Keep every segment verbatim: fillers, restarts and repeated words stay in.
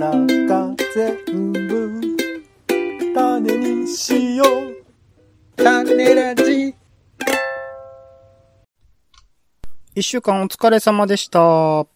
中全部種にしよう種ラジ。 一週間お疲れ様でした。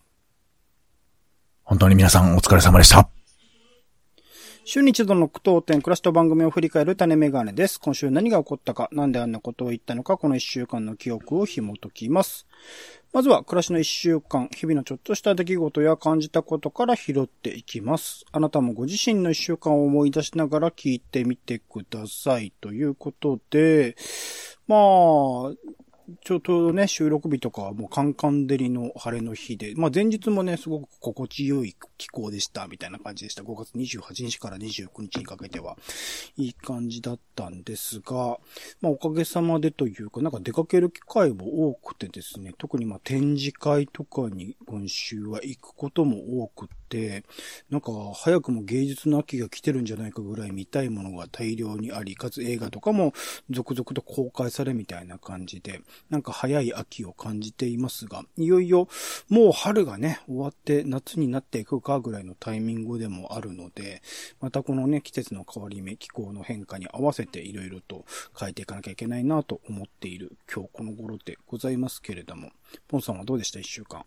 本当に皆さんお疲れ様でした。 週に一度の句読点、暮らしと番組を振り返る種メガネです。今週何が起こったか、なんであんなことを言ったのか、この一週間の記憶を紐解きます。まずは暮らしの一週間、日々のちょっとした出来事や感じたことから拾っていきます。あなたもご自身の一週間を思い出しながら聞いてみてください。ということで、まあ、ちょっとね、収録日とかはもうカンカン照りの晴れの日で、まあ前日もね、すごく心地よい気候でした、みたいな感じでした。ごがつにじゅうはちにちからにじゅうくにちにかけては、いい感じだったんですが、まあおかげさまでというか、なんか出かける機会も多くてですね、特にまあ展示会とかに今週は行くことも多くて、なんか早くも芸術の秋が来てるんじゃないかぐらい見たいものが大量にあり、かつ映画とかも続々と公開されみたいな感じで、なんか早い秋を感じていますが、いよいよもう春がね、終わって夏になっていくかぐらいのタイミングでもあるので、またこのね、季節の変わり目、気候の変化に合わせていろいろと変えていかなきゃいけないなと思っている今日この頃でございますけれども、ポンさんはどうでした一週間？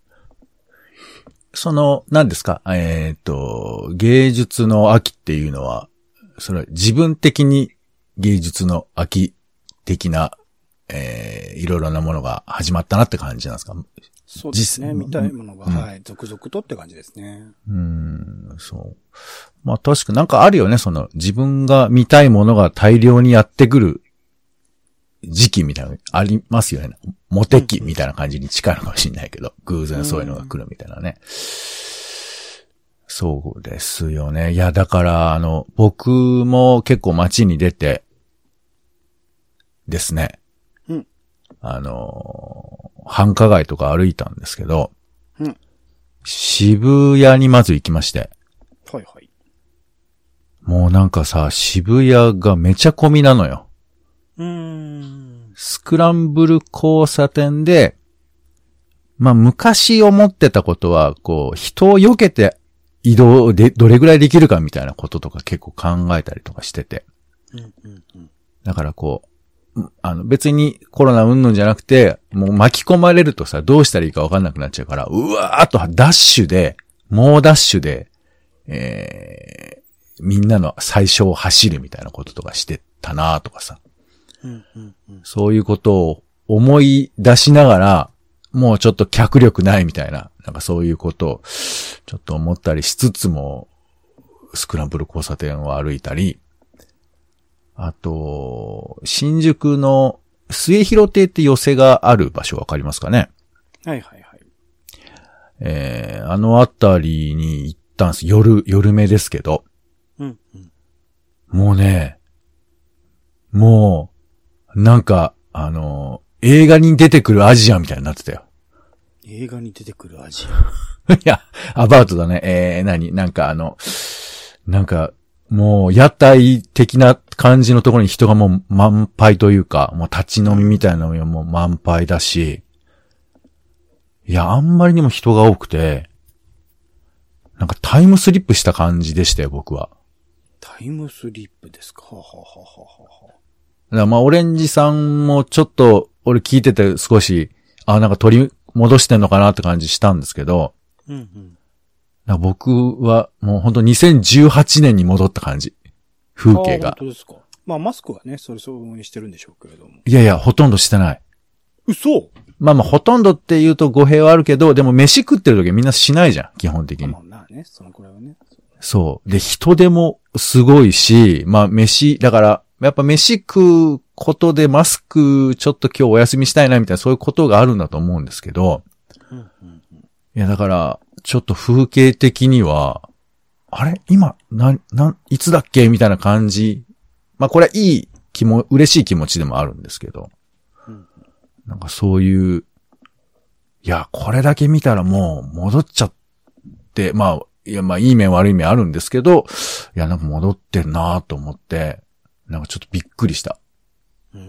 その、何ですかえっと、芸術の秋っていうのは、それ自分的に芸術の秋的なえー、いろいろなものが始まったなって感じなんですか？ そうですね。見たいものが、うん、はい、続々とって感じですね。 うーん、そう。まあ確かなんかあるよね、その自分が見たいものが大量にやってくる時期みたいなのありますよね。モテ期みたいな感じに近いのかもしれないけど、うん、偶然そういうのが来るみたいなね。うん、そうですよね。いや、だからあの、僕も結構街に出てですね。あのー、繁華街とか歩いたんですけど、うん、渋谷にまず行きまして。 はいはい。 もうなんかさ、渋谷がめちゃ混みなのよ。 うーん。 スクランブル交差点で、まあ昔思ってたことは、こう、人を避けて移動でどれぐらいできるかみたいなこととか結構考えたりとかしてて。 うんうんうん、 だからこう、あの別にコロナ云々じゃなくて、もう巻き込まれるとさ、どうしたらいいか分かんなくなっちゃうから、うわーっとダッシュで、猛ダッシュで、えー、みんなの最初を走るみたいなこととかしてたなとかさ、 うんうんうん。 そういうことを思い出しながら、もうちょっと脚力ないみたいな、なんかそういうことをちょっと思ったりしつつも、スクランブル交差点を歩いたり、あと、新宿の末広亭って寄席がある場所わかりますかね？ はいはいはい。 えー、あのあたりに行ったんです。夜、夜目ですけど。 うんうん。 もうね、もう、なんか、あの、映画に出てくるアジアみたいになってたよ。 映画に出てくるアジアいや、アバウトだね。えー、何なんかあの、なんか、もう、屋台的な感じのところに人がもう満杯というか、もう立ち飲みみたいなのがもう満杯だし、いや、あんまりにも人が多くて、なんかタイムスリップした感じでしたよ、僕は。 タイムスリップですか？はははははは。 だからまあ、オレンジさんもちょっと、俺聞いてて少し、あ、なんか取り戻してんのかなって感じしたんですけど、 うんうん。 僕はもう本当にせんじゅうはちねんに戻った感じ。風景が。 あ、本当ですか。まあマスクはね、それそうにしてるんでしょうけれども。 いやいや、ほとんどしてない。 嘘？ まあまあ、ほとんどって言うと語弊はあるけど、でも飯食ってる時はみんなしないじゃん、基本的に。 まあまあね、そのくらいはね。 そう。で、人手もすごいし、まあ飯、だから、やっぱ飯食うことでマスクちょっと今日お休みしたいなみたいなそういうことがあるんだと思うんですけど、 うんうんうん、いやだから、ちょっと風景的には、あれ今、な、な、いつだっけみたいな感じ。まあこれはいい気も、嬉しい気持ちでもあるんですけど、 うん、 なんかそういう、いや、これだけ見たらもう戻っちゃって、まあ、いや、まあいい面悪い面あるんですけど、いや、なんか戻ってんなと思って、なんかちょっとびっくりした。 うんうん、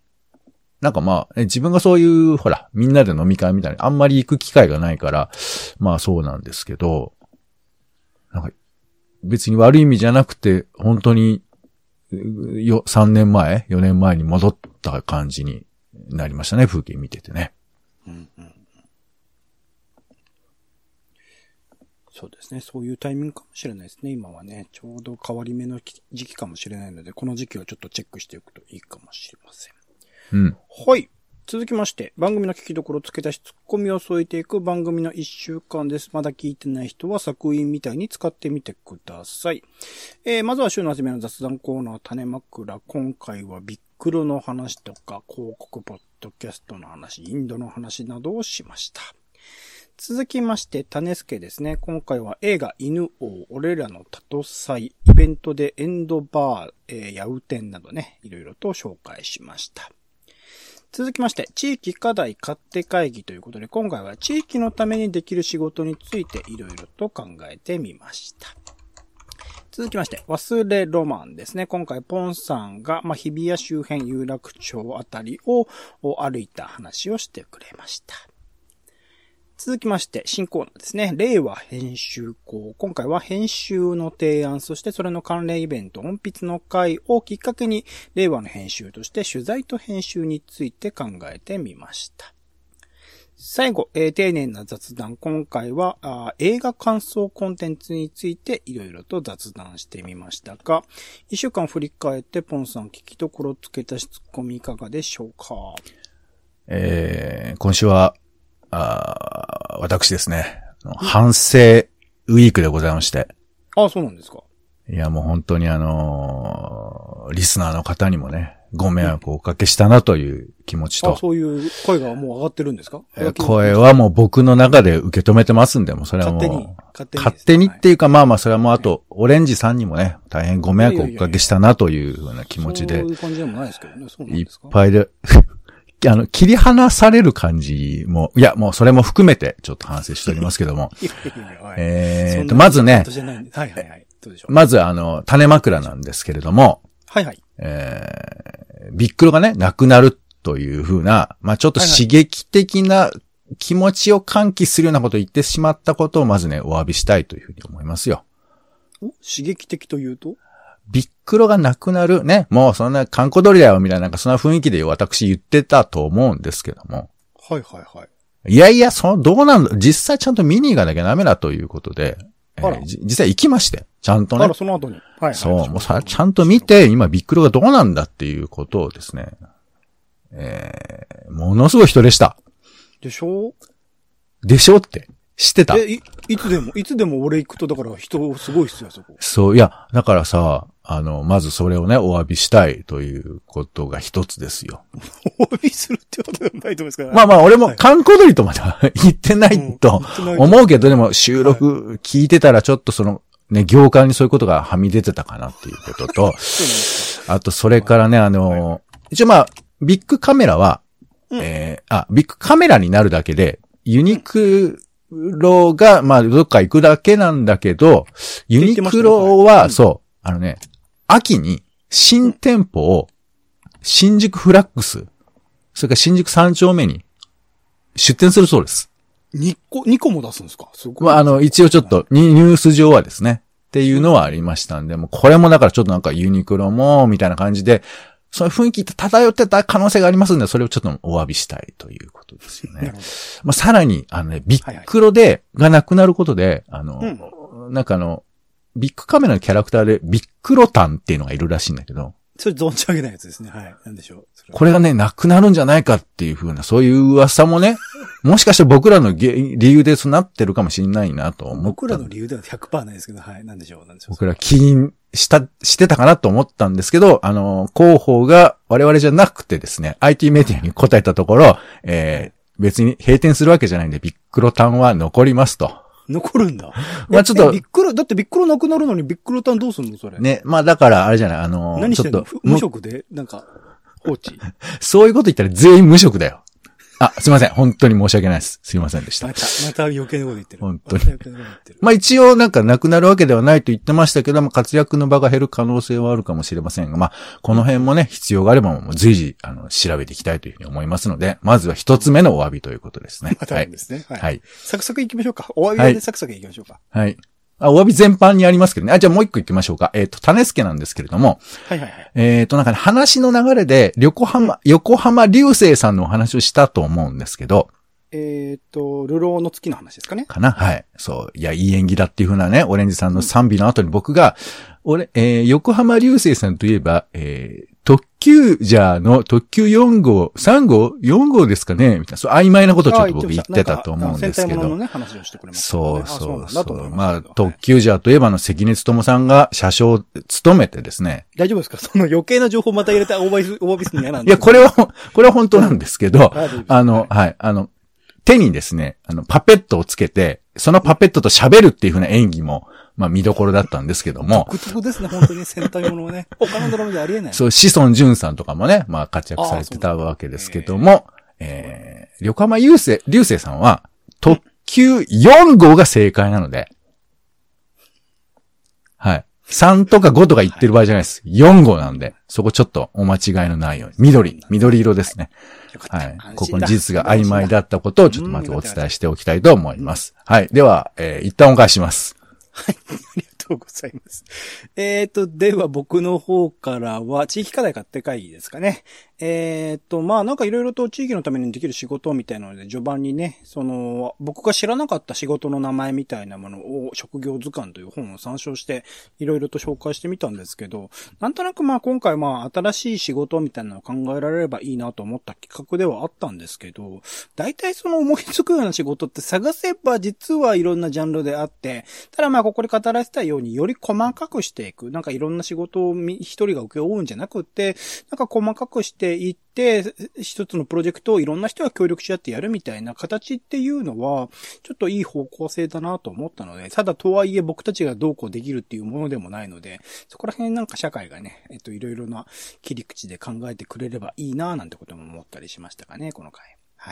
なんかまあ、自分がそういう、ほら、みんなで飲み会みたいにあんまり行く機会がないから、まあそうなんですけど、 なんか、別に悪い意味じゃなくて、本当に、よ、さんねんまえ ?よねんまえに戻った感じになりましたね、風景見ててね。 うんうん、そうですね。そういうタイミングかもしれないですね。今はね、ちょうど変わり目の時期かもしれないので、この時期をちょっとチェックしておくといいかもしれません。 うん。 はい。続きまして、番組の聞きどころ付け足しツッコミを添えていく番組の一週間です。まだ聞いてない人は作品みたいに使ってみてください。えー、まずは週の初めの雑談コーナー、種枕。今回はビックロの話とか、広告ポッドキャストの話、インドの話などをしました。続きまして、種助ですね。今回は映画犬王、俺らのタト祭、イベントでエンドバー、えー、ヤウテンなどね、いろいろと紹介しました。続きまして、地域課題勝手会議ということで、今回は地域のためにできる仕事についていろいろと考えてみました。続きまして、忘れロマンですね。今回、ポンさんが、まあ、日比谷周辺有楽町あたりを歩いた話をしてくれました。続きまして、新コーナーですね。令和編集校。今回は編集の提案、そしてそれの関連イベント、音筆の会をきっかけに、令和の編集として取材と編集について考えてみました。最後、えー、丁寧な雑談。今回はあ映画感想コンテンツについていろいろと雑談してみましたが、一週間振り返って、ポンさん聞きどころつけたしツッコミいかがでしょうか。 えー、今週は、あ私ですね、反省ウィークでございまして。 ああ、そうなんですか。 いや、もう本当にあのー、リスナーの方にもね、ご迷惑をおかけしたなという気持ちと。 あ、そういう声がもう上がってるんですか？ えー、声はもう僕の中で受け止めてますんで、もうそれはもう。勝手に。 勝手に。 勝手にっていうか、まあまあそれはもうあと、オレンジさんにもね、大変ご迷惑をおかけしたなというふうな気持ちで。 そういう感じでもないですけどね、そうなんですか？ いっぱいで。あの、切り離される感じも、いや、もうそれも含めて、ちょっと反省しておりますけども。いやいやいや、はい、えーと、まずね、 はいはいはい。どうでしょう。 まずあの、種枕なんですけれども、 はいはい。 えー、ビックロがね、なくなるというふうな、まあちょっと刺激的な気持ちを喚起するようなことを言ってしまったことをまずね、お詫びしたいというふうに思いますよ。 お？刺激的というと？ ビックロがなくなるね。もうそんな観光鳥だよみたいななんかそんな雰囲気で私言ってたと思うんですけども。 はいはいはい。 いやいや、その、どうなんだ、実際ちゃんと見に行かなきゃダメだということで、えー、実際行きまして、ちゃんとね。 あら、その後に。はい、はい。 そう、もうさ、ちゃんと見て、今ビックロがどうなんだっていうことをですね、えー、ものすごい人でした。 でしょ？ でしょって。知ってた？ え、い、いつでも、いつでも俺行くと、だから人すごいっすよ、そこ。 そう、いや、だからさ、あの、まずそれをね、お詫びしたいということが一つですよ。 お詫びするってことでもないと思いますから、ね。 まあまあ、俺も観光鳥とまでは言ってないと思うけど、でも収録聞いてたらちょっとその、ね、業界にそういうことがはみ出てたかなっていうことと、あとそれからね、あの、一応まあ、ビッグカメラは、えー、あ、ビッグカメラになるだけで、ユニクロが、まあ、どっか行くだけなんだけど、ユニクロは、そう、あのね、秋に新店舗を新宿フラッグス、それから新宿三丁目に出店するそうです。 にこ、にこも出すんですか？すごい。 まあ、あの、一応ちょっとニュース上はですね、っていうのはありましたんで、もうこれもだからちょっとなんかユニクロも、みたいな感じで、そういう雰囲気漂ってた可能性がありますんで、それをちょっとお詫びしたいということですよね。まあ、さらに、あのね、ビックロで、はいはい、がなくなることで、あの、うん、なんかあの、ビッグカメラのキャラクターでビックロタンっていうのがいるらしいんだけど。 それ存じ上げないやつですね。はい。なんでしょう。 れこれがね、なくなるんじゃないかっていう風な、そういう噂もね、もしかして僕らの理由でそうなってるかもしれないなと思った。 僕らの理由では ひゃくパーセント ないですけど、はい。なんでしょう。なんでしょう。 僕ら起因した、してたかなと思ったんですけど、あの、広報が我々じゃなくてですね、アイティー メディアに答えたところ、えー、別に閉店するわけじゃないんで、ビックロタンは残りますと。 残るんだ。 まあちょっと。 ビックロ、だってビックロなくなるのにビックロタンどうすんのそれ。 ね。まあだからあれじゃない、あのー、 何してんのちょっと無職でなんか、放置そういうこと言ったら全員無職だよ。あ、すいません。本当に申し訳ないです。すいませんでした。 また、また余計なこと言ってる。 本当に。ままあ一応なんかなくなるわけではないと言ってましたけども、活躍の場が減る可能性はあるかもしれませんが、まあ、この辺もね、必要があればもう随時、あの、調べていきたいというふうに思いますので、まずは一つ目のお詫びということですね。 またですね。はい。 はい。 サクサク行きましょうか。お詫びでサクサク行きましょうか。 はい。 あ、お詫び全般にありますけどね。あ、じゃあもう一個行きましょうか。えっ、ー、と、種助なんですけれども。 はいはいはい。 えっ、ー、と、なんかね、話の流れで、横浜、横浜流星さんのお話をしたと思うんですけど。 えっ、ー、と、流浪の月の話ですかね。 かなはい。そう。いや、いい演技だっていう風なね、オレンジさんの賛美の後に僕が、俺、えー、横浜流星さんといえば、えー、特急ジャーの特急よん号、さん号 ?よん 号ですかねみたいな、そう、曖昧なことをちょっと僕言ってたと思うんですけど。 のね、話をしてくれました、 ね。そうそうそう。まあ、特急ジャーといえばの関根勤さんが車掌を務めてですね。 大丈夫ですか？その余計な情報また入れたオーバービス、オーバービスに嫌なんで。いや、これは、これは本当なんですけど、あの、はい、あの、手にですね、あの、パペットをつけて、そのパペットと喋るっていう風な演技も、まあ見どころだったんですけども。 独特ですね、本当に戦隊ものはね。他のドラマでありえない。 そう、志尊淳さんとかもね、まあ活躍されてたわけですけども、えー、横浜流星、流星さんは、特急よん号が正解なので、はい。さんとかごとか言ってる場合じゃないです。よん号なんで、そこちょっとお間違いのないように。緑、緑色ですね。はい。ここの事実が曖昧だったことをちょっとまずお伝えしておきたいと思います。はい。では、えー、一旦お返します。 はい。ありがとうございます。えっと、では僕の方からは、地域課題買って会ですかね。えっと、まあなんかいろいろと地域のためにできる仕事みたいなので、序盤にね、その、僕が知らなかった仕事の名前みたいなものを、職業図鑑という本を参照して、いろいろと紹介してみたんですけど、なんとなくまあ今回まあ新しい仕事みたいなのを考えられればいいなと思った企画ではあったんですけど、大体その思いつくような仕事って探せば実はいろんなジャンルであって、ただまあここで語らせたようにより細かくしていく。なんかいろんな仕事を一人が請け負うんじゃなくって、なんか細かくしていって、一つのプロジェクトをいろんな人が協力し合ってやるみたいな形っていうのは、ちょっといい方向性だなと思ったので、ただとはいえ僕たちがどうこうできるっていうものでもないので、そこら辺なんか社会がね、えっといろいろな切り口で考えてくれればいいななんてことも思ったりしましたかね、この回。はい。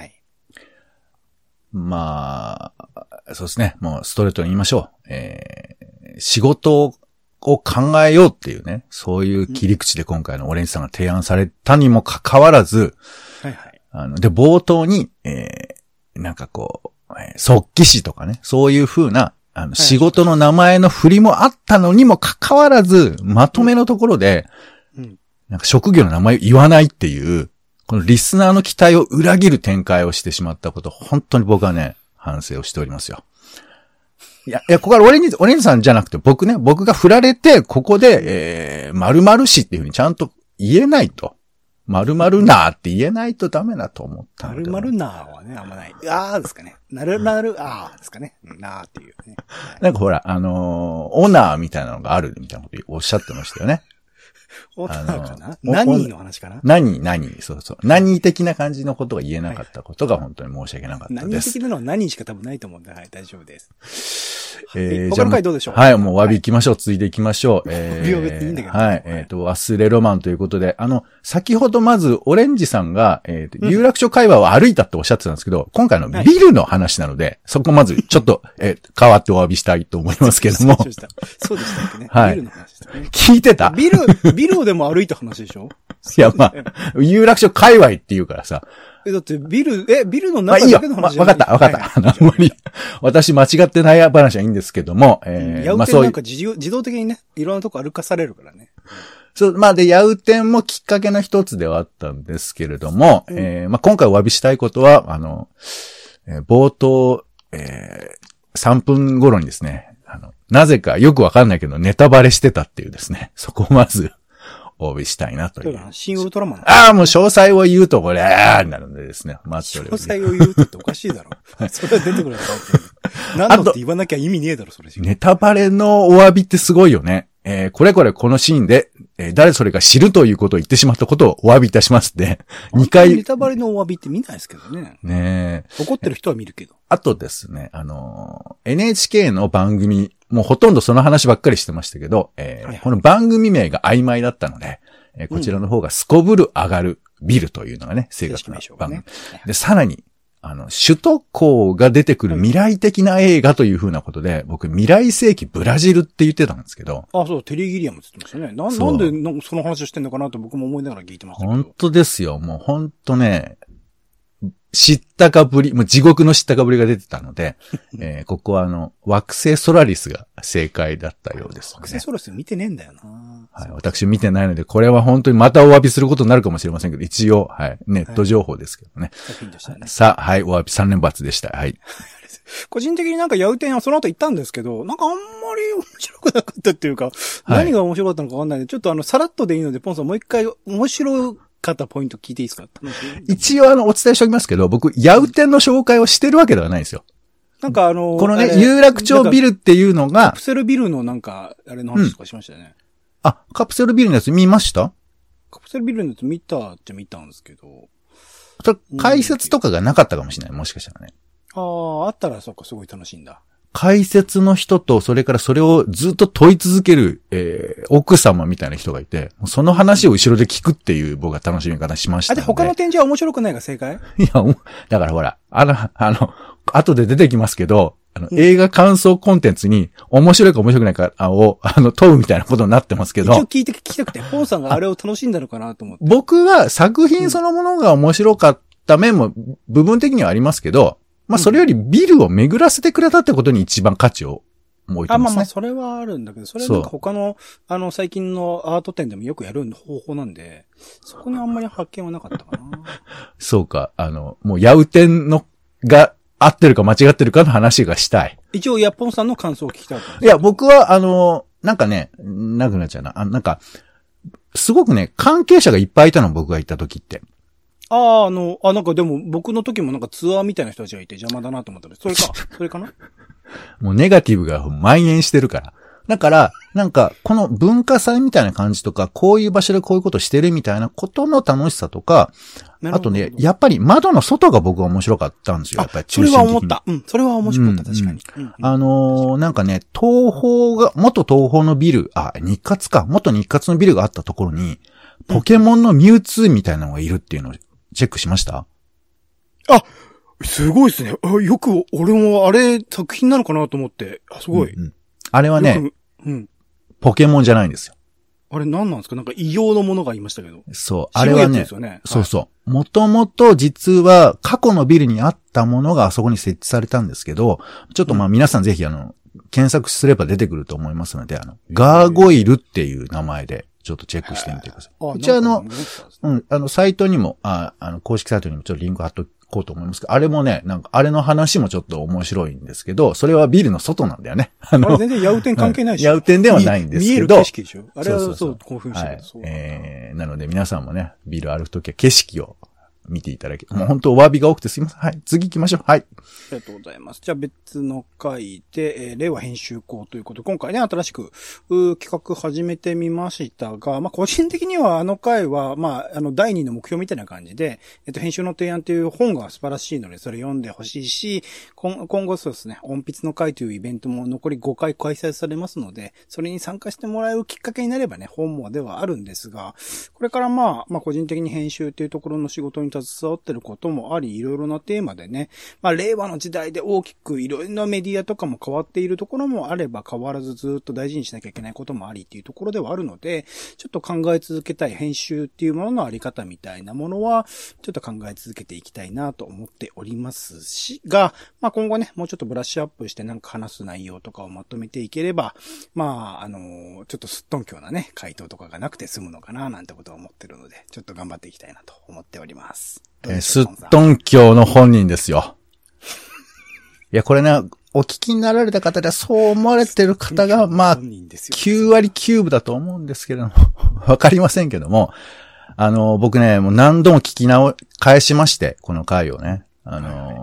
まあ、そうですね。もうストレートに言いましょう。えー、仕事を考えようっていうね、そういう切り口で今回のオレンジさんが提案されたにもかかわらず、はいはい。あの、で、冒頭に、えー、なんかこう、えー、即帰死とかね、そういう風な、あの、仕事の名前の振りもあったのにもかかわらず、まとめのところで、うん、なんか職業の名前を言わないっていう、このリスナーの期待を裏切る展開をしてしまったこと、本当に僕はね、反省をしておりますよ。いや、いや、ここからオレンジ、オレンジさんじゃなくて僕ね、僕が振られて、ここで、えー、〇〇氏っていうふうにちゃんと言えないと。〇〇なーって言えないとダメだと思ったんで。 〇〇なーはね、あんまない。あーですかね。なるなる、あーですかね。なーっていうね。 なんかほら、あのー、オナーみたいなのがあるみたいなことおっしゃってましたよね。 オナーかな何の話かな何、何、そうそう。何的な感じのことが言えなかったことが本当に申し訳なかったです。 何的なのは何しか多分ないと思うんで、はい、大丈夫です。 えー、 他の回どうでしょうはい、もう詫び行きましょう。はい、続いて行きましょう。えー、詫びっていいんだけど、 はい、えっ、ー、と、忘れロマンということで、あの、先ほどまず、オレンジさんが、えっ、ー、と、有楽町界隈を歩いたっておっしゃってたんですけど、今回のビルの話なので、はい、そこまず、ちょっと、えー、変わってお詫びしたいと思いますけども。 そうでした。そうでしたっけね。 はい。 ビルの話ですね。 聞いてた？ ビル、ビルをでも歩いた話でしょ？ いや、まあ、有楽町界隈って言うからさ。 え、だってビル、え、ビルの中だけの話じゃない？ まあ、いいよ。わ、ま、かった、わかった。はい、あんまり、私間違ってない話はいいんですけども、 えー、ヤウテンなんか自動、自動的にね、いろんなとこ歩かされるからね。 そう、まあで、ヤウテンもきっかけの一つではあったんですけれども、うん、えー、まあ今回お詫びしたいことは、あの、えー、冒頭、えー、さんぷん頃にですね、あの、なぜかよくわかんないけどネタバレしてたっていうですね、そこをまず、お詫びしたいなという。 そうだな、新ウルトラマン。 ああ、もう詳細を言うとこれ、ああ、なるんでですね。待っております。 詳細を言うとっておかしいだろ。それは出てくるだろ。何のって言わなきゃ意味ねえだろ、それ。 ネタバレのお詫びってすごいよね。えー、これこれこのシーンで、えー、誰それが知るということを言ってしまったことをお詫びいたしますで、にかい。 ネタバレのお詫びって見ないですけどね。 ねえ。怒ってる人は見るけど。 あとですね、あのー、エヌエイチケー の番組、もうほとんどその話ばっかりしてましたけど、えーはいはい、この番組名が曖昧だったので、えー、こちらの方がすこぶる上がるビルというのがね、正確な番組。ね、で、さらに、あの、首都高が出てくる未来的な映画という風なことで、僕、未来世紀ブラジルって言ってたんですけど。 あ、そう、テリー・ギリアムって言ってましたね。な、なんでその話をしてんのかなと僕も思いながら聞いてましたけど。 本当ですよ。もう本当ね、 知ったかぶり、もう地獄の知ったかぶりが出てたので、えー、ここはあの、惑星ソラリスが正解だったようです、ね。 惑星ソラリス見てねえんだよな。 はい。私見てないので、これは本当にまたお詫びすることになるかもしれませんけど、一応、はい。ネット情報ですけどね。はい、さあ、はい。お詫びさん連発でした。はい。 個人的になんかヤウテンはその後行ったんですけど、なんかあんまり面白くなかったっていうか、はい、何が面白かったのかわかんないので、ちょっとあの、さらっとでいいので、ポンさんもう一回面白かったポイント聞いていいですか？ 一応あの、お伝えしておきますけど、僕、ヤウテンの紹介をしてるわけではないんですよ。 なんかあの、 このね、有楽町ビルっていうのが、 カプセルビルのなんか、あれの話とかしましたよね。 うん、あ、カプセルビルのやつ見ました？ カプセルビルのやつ見たっちゃ見たんですけど。 解説とかがなかったかもしれない、もしかしたらね。 ああ、あったらそっか、すごい楽しいんだ。 解説の人と、それからそれをずっと問い続ける、えー、奥様みたいな人がいて、その話を後ろで聞くっていう僕は楽しみ方しましたので。 あ、で、他の展示は面白くないが正解？ いや、だからほら、あの、あの、後で出てきますけど、あの、うん、映画感想コンテンツに面白いか面白くないかを、あの、問うみたいなことになってますけど。 一応聞いて聞きたくて、ポンさんがあれを楽しんだのかなと思って。 僕は作品そのものが面白かった面も部分的にはありますけど、まあ、それよりビルを巡らせてくれたってことに一番価値を置いてますね。あ、 まあまあ、それはあるんだけど、それはなんか他の、あの、最近のアート展でもよくやる方法なんで、そこにあんまり発見はなかったかな。 そうか、あの、もう、ヤウテンの、が合ってるか間違ってるかの話がしたい。 一応、ヤッポンさんの感想を聞きたい。 いや、僕は、あの、なんかね、なくなっちゃうな。あなんか、すごくね、関係者がいっぱいいたの、僕が行った時って。 ああ、あの、あ、なんかでも僕の時もなんかツアーみたいな人たちがいて邪魔だなと思ったら、それか、それかなもうネガティブが蔓延してるから。だから、なんか、この文化祭みたいな感じとか、こういう場所でこういうことしてるみたいなことの楽しさとか、あとね、やっぱり窓の外が僕は面白かったんですよ。やっぱり中心的に。 それは思った。うん、それは面白かった、確かに。 うんうん、あのー、なんかね、東宝が、元東宝のビル、あ、日活か、元日活のビルがあったところに、ポケモンのミュウツーみたいなのがいるっていうのを、チェックしました？ あ、すごいですね。よく、俺もあれ作品なのかなと思って。あ、すごい。 うんうん、あれはね、 うん、 ポケモンじゃないんですよ。 あれ何なんですか？なんか異様のものがいましたけど。 そう。あれはね、 ですよね、 そうそう。もともと実は過去のビルにあったものがあそこに設置されたんですけど、ちょっとまあ皆さんぜひあの、検索すれば出てくると思いますので、あの、ガーゴイルっていう名前で、ちょっとチェックしてみてください。うちあの、うん、あの、サイトにも、あ、あの、公式サイトにもちょっとリンク貼っとこうと思いますけど、あれもね、なんか、あれの話もちょっと面白いんですけど、それはビルの外なんだよね。 あの、あれ全然ヤウテン関係ないし、 うん。ヤウテンではないんですけど。見える景色でしょ。あれはそう、そうそう興奮してる、はい。 えー、なので皆さんもね、ビル歩くときは景色を見ていただけ、もう本当お詫びが多くてすいません。はい。次行きましょう。はい。 ありがとうございます。じゃあ別の回で、えー、令和編集校ということで、今回ね、新しく、企画始めてみましたが、まあ、個人的にはあの回は、まあ、あの、第二の目標みたいな感じで、えっと、編集の提案という本が素晴らしいので、それ読んでほしいし、今今後そうですね、音筆の会というイベントも残りごかい開催されますので、それに参加してもらうきっかけになればね、本望ではあるんですが、これからまあ、まあ、個人的に編集というところの仕事に携わってることもあり、いろいろなテーマでね、まあ、令和の時代で大きくいろいろなメディアとかも変わっているところもあれば、変わらずずっと大事にしなきゃいけないこともありっていうところではあるので、ちょっと考え続けたい編集っていうもののあり方みたいなものは、ちょっと考え続けていきたいなと思っておりますし、が、まあ、今後ね、もうちょっとブラッシュアップしてなんか話す内容とかをまとめていければ、まあ、あの、ちょっとすっとんきょうなね、回答とかがなくて済むのかななんてことを思ってるので、ちょっと頑張っていきたいなと思っております。 えー、すっとんきょうの本人ですよ。いや、これね、お聞きになられた方でそう思われてる方が、まあ、きゅうわりきゅうぶだと思うんですけれども、わかりませんけども、あの、僕ね、もう何度も聞き直、返しまして、この回をね。あのー、はいはい、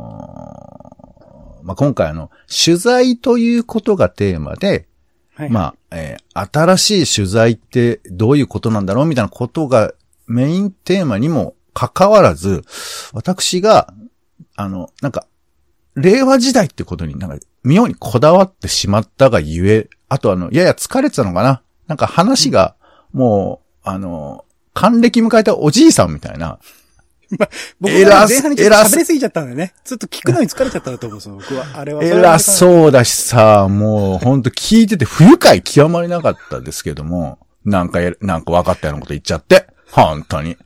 まあ、今回あの、取材ということがテーマで、はいはい、まあ、えー、新しい取材ってどういうことなんだろうみたいなことがメインテーマにも関わらず、私が、あの、なんか、令和時代ってことになんか妙にこだわってしまったがゆえ、あとあの、やや疲れてたのかな？なんか話が、もう、あの、還暦迎えたおじいさんみたいな。 まあ、僕は前半にちょっと喋りすぎちゃったんだよね。ずっと聞くのに疲れちゃったんだと思うんですよ、僕は。あれは。 偉そうだしさ、もうほんと聞いてて不愉快極まりなかったですけども、なんか、なんか分かったようなこと言っちゃって。本当に。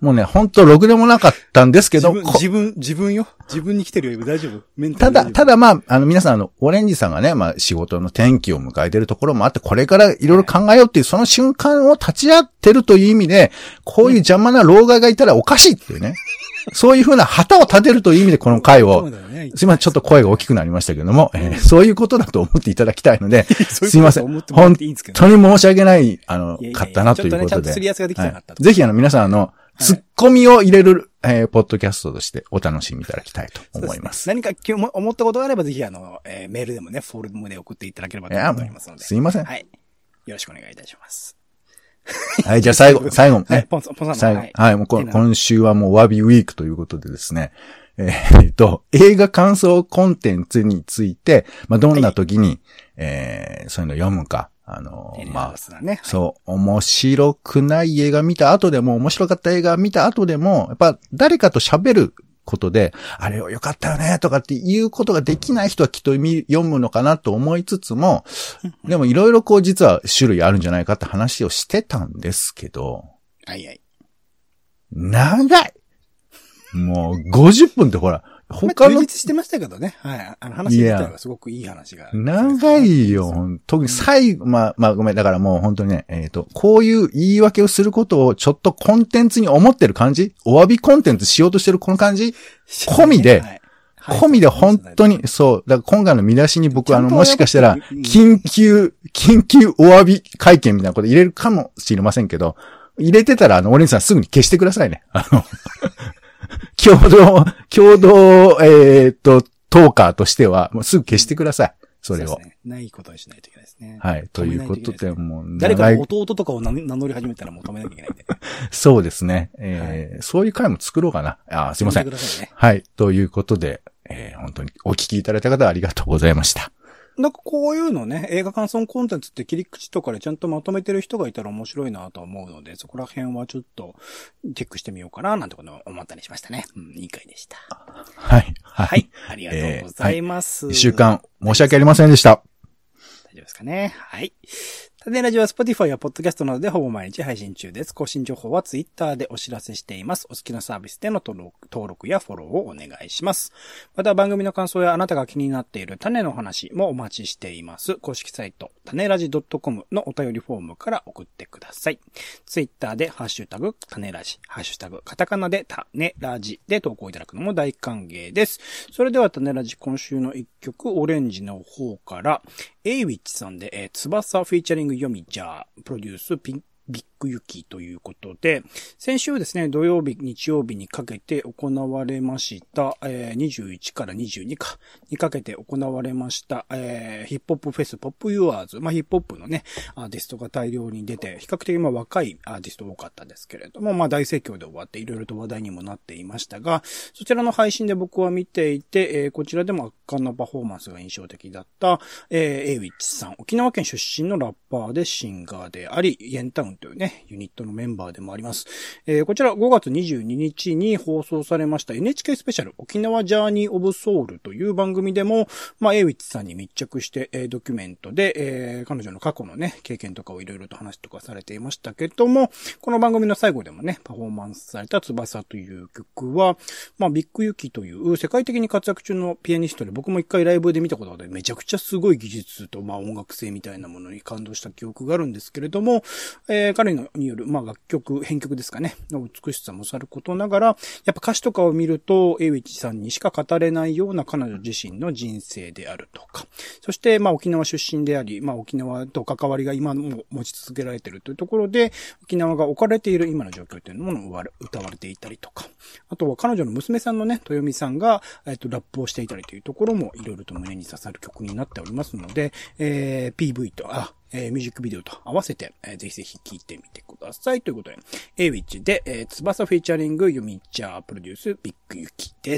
もうね、ほんとろくでもなかったんですけど、 自分、自分、自分よ。自分に来てるよ。大丈夫？メンタただ、 ル大丈夫？ ただまあ、あの皆さんあの、オレンジさんがね、まあ仕事の転機を迎えてるところもあって、これからいろいろ考えようっていう、その瞬間を立ち会ってるという意味で、こういう邪魔な老害がいたらおかしいっていうね。そういうふうな旗を立てるという意味でこの回を、ね、すいません、ちょっと声が大きくなりましたけども、えー、そういうことだと思っていただきたいので、すいません、本当に申し訳ない、あの、いやいやいやかったなということで。ちょっとね、ちゃんとすり合わせができてなかった、はい。ぜひあの皆さんあの、ツッコミを入れる、えー、ポッドキャストとしてお楽しみいただきたいと思います。 すね、何か今日も思ったことがあればぜひあの、えー、メールでもね、フォルムで送っていただければと思いますので。 すいません。 はい。よろしくお願いいたします。 はい、じゃあ最後、最後ね。 はい、ポンさん、ポンさん最後。はい、はい、もう今週はもうお詫びウィークということでですね。えー、っと、映画感想コンテンツについて、まあ、どんな時に、はい、えー、そういうの読むか。あの、まあ、ね、そう、面白くない映画見た後でも、面白かった映画見た後でも、やっぱ誰かと喋ることで、あれよかったよね、とかっていうことができない人はきっと読むのかなと思いつつも、でもいろいろこう実は種類あるんじゃないかって話をしてたんですけど、 はいはい。 長いもうごじゅっぷんってほら、 他の。充実してましたけどね。はい。あの話自体はすごくいい話が。 長いよ、特に最後、まあ、まあごめん、だからもう本当にね、えっと、こういう言い訳をすることをちょっとコンテンツに思ってる感じ、お詫びコンテンツしようとしてるこの感じ、込みで、はいはい、込みで本当に、そう、だから今回の見出しに僕はあの、もしかしたら、緊急、緊急お詫び会見みたいなこと入れるかもしれませんけど、入れてたらあの、オレンジさんすぐに消してくださいね。あの、共同、共同、えー、っと、トーカーとしては、もうすぐ消してください。それを。そうですね。 ないことにしないといけないですね。 はい。ということで、もう、 誰かの弟とかを名乗り始めたらもう止めなきゃいけないんで。 そうですね。えーはい、そういう回も作ろうかな。あ、すいません。ね、はい。ということで、えー、本当にお聞きいただいた方はありがとうございました。 なんかこういうのね、映画感想コンテンツって切り口とかでちゃんとまとめてる人がいたら面白いなと思うので、そこら辺はちょっとチェックしてみようかななんてことを思ったりしましたね。うん、いい回でした。 はい。 はい。はい、ありがとうございます。 えーはい、一週間申し訳ありませんでした。 大丈夫ですかね。はい。種ラジは Spotify や Podcast などでほぼ毎日配信中です。更新情報は Twitter でお知らせしています。お好きなサービスでの登録、登録やフォローをお願いします。また番組の感想やあなたが気になっている種の話もお待ちしています。公式サイト、種ラジ .com のお便りフォームから送ってください。Twitter でハッシュタグ、種ラジ、ハッシュタグ、カタカナで種ラジで投稿いただくのも大歓迎です。それでは種ラジ今週の一曲、オレンジの方から、エイウィッチさんで、えー、翼フィーチャリングヨミジャー、プロデュースピン、ビッグユキということで、先週ですね、土曜日、日曜日にかけて行われました、えー、にじゅういちからにじゅうにかにかけて行われました、えー、ヒップホップフェスポップユアーズ、まあヒップホップのね、アーティストが大量に出て、比較的まあ若いアーティスト多かったですけれども、まあ大盛況で終わっていろいろと話題にもなっていましたが、そちらの配信で僕は見ていて、えー、こちらでも圧巻のパフォーマンスが印象的だった、えー、エイウィッチさん、沖縄県出身のラッパーでシンガーであり、イエンタウンというね、ユニットのメンバーでもあります。えー、こちらごがつにじゅうににちに放送されました エヌエイチケー スペシャル沖縄ジャーニーオブソウルという番組でも、まあ、エイウィッチさんに密着して、えー、ドキュメントで、えー、彼女の過去のね、経験とかをいろいろと話とかされていましたけども、この番組の最後でもね、パフォーマンスされた翼という曲は、まあ、ビッグユキという世界的に活躍中のピアニストで僕も一回ライブで見たことがあってめちゃくちゃすごい技術と、まあ、音楽性みたいなものに感動した記憶があるんですけれども、えー、彼のによるまあ楽曲、編曲ですかね、の美しさもさることながら、やっぱ歌詞とかを見ると、エイウィッチさんにしか語れないような彼女自身の人生であるとか、そしてまあ沖縄出身であり、まあ沖縄と関わりが今も持ち続けられているというところで、沖縄が置かれている今の状況というものを歌われていたりとか、あとは彼女の娘さんのね、豊美さんが、えっと、ラップをしていたりというところもいろいろと胸に刺さる曲になっておりますので、えー、ピーブイ と、あ、えー、ミュージックビデオと合わせて、えー、ぜひぜひ聴いてみてください。ということで、エイウィッチで、えー、翼フィーチャリングユミチャープロデュースビッグユキです。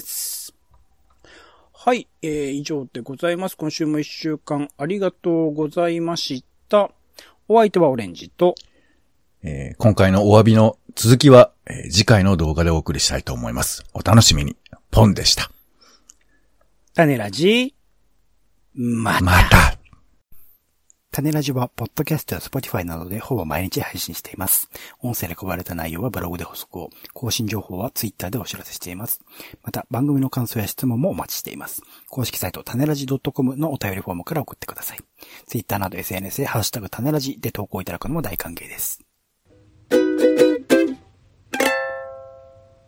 はい、えー、以上でございます。今週も一週間ありがとうございました。お相手はオレンジと、 えー、今回のお詫びの続きは、えー、次回の動画でお送りしたいと思います。お楽しみに。ポンでした。 種ラジ、また。 また。 種ラジは、ポッドキャストや Spotify などでほぼ毎日配信しています。音声で配られた内容はブログで補足を、更新情報は Twitter でお知らせしています。また、番組の感想や質問もお待ちしています。公式サイト、種ラジ .com のお便りフォームから送ってください。Twitter など エスエヌエス でハッシュタグ種ラジで投稿いただくのも大歓迎です。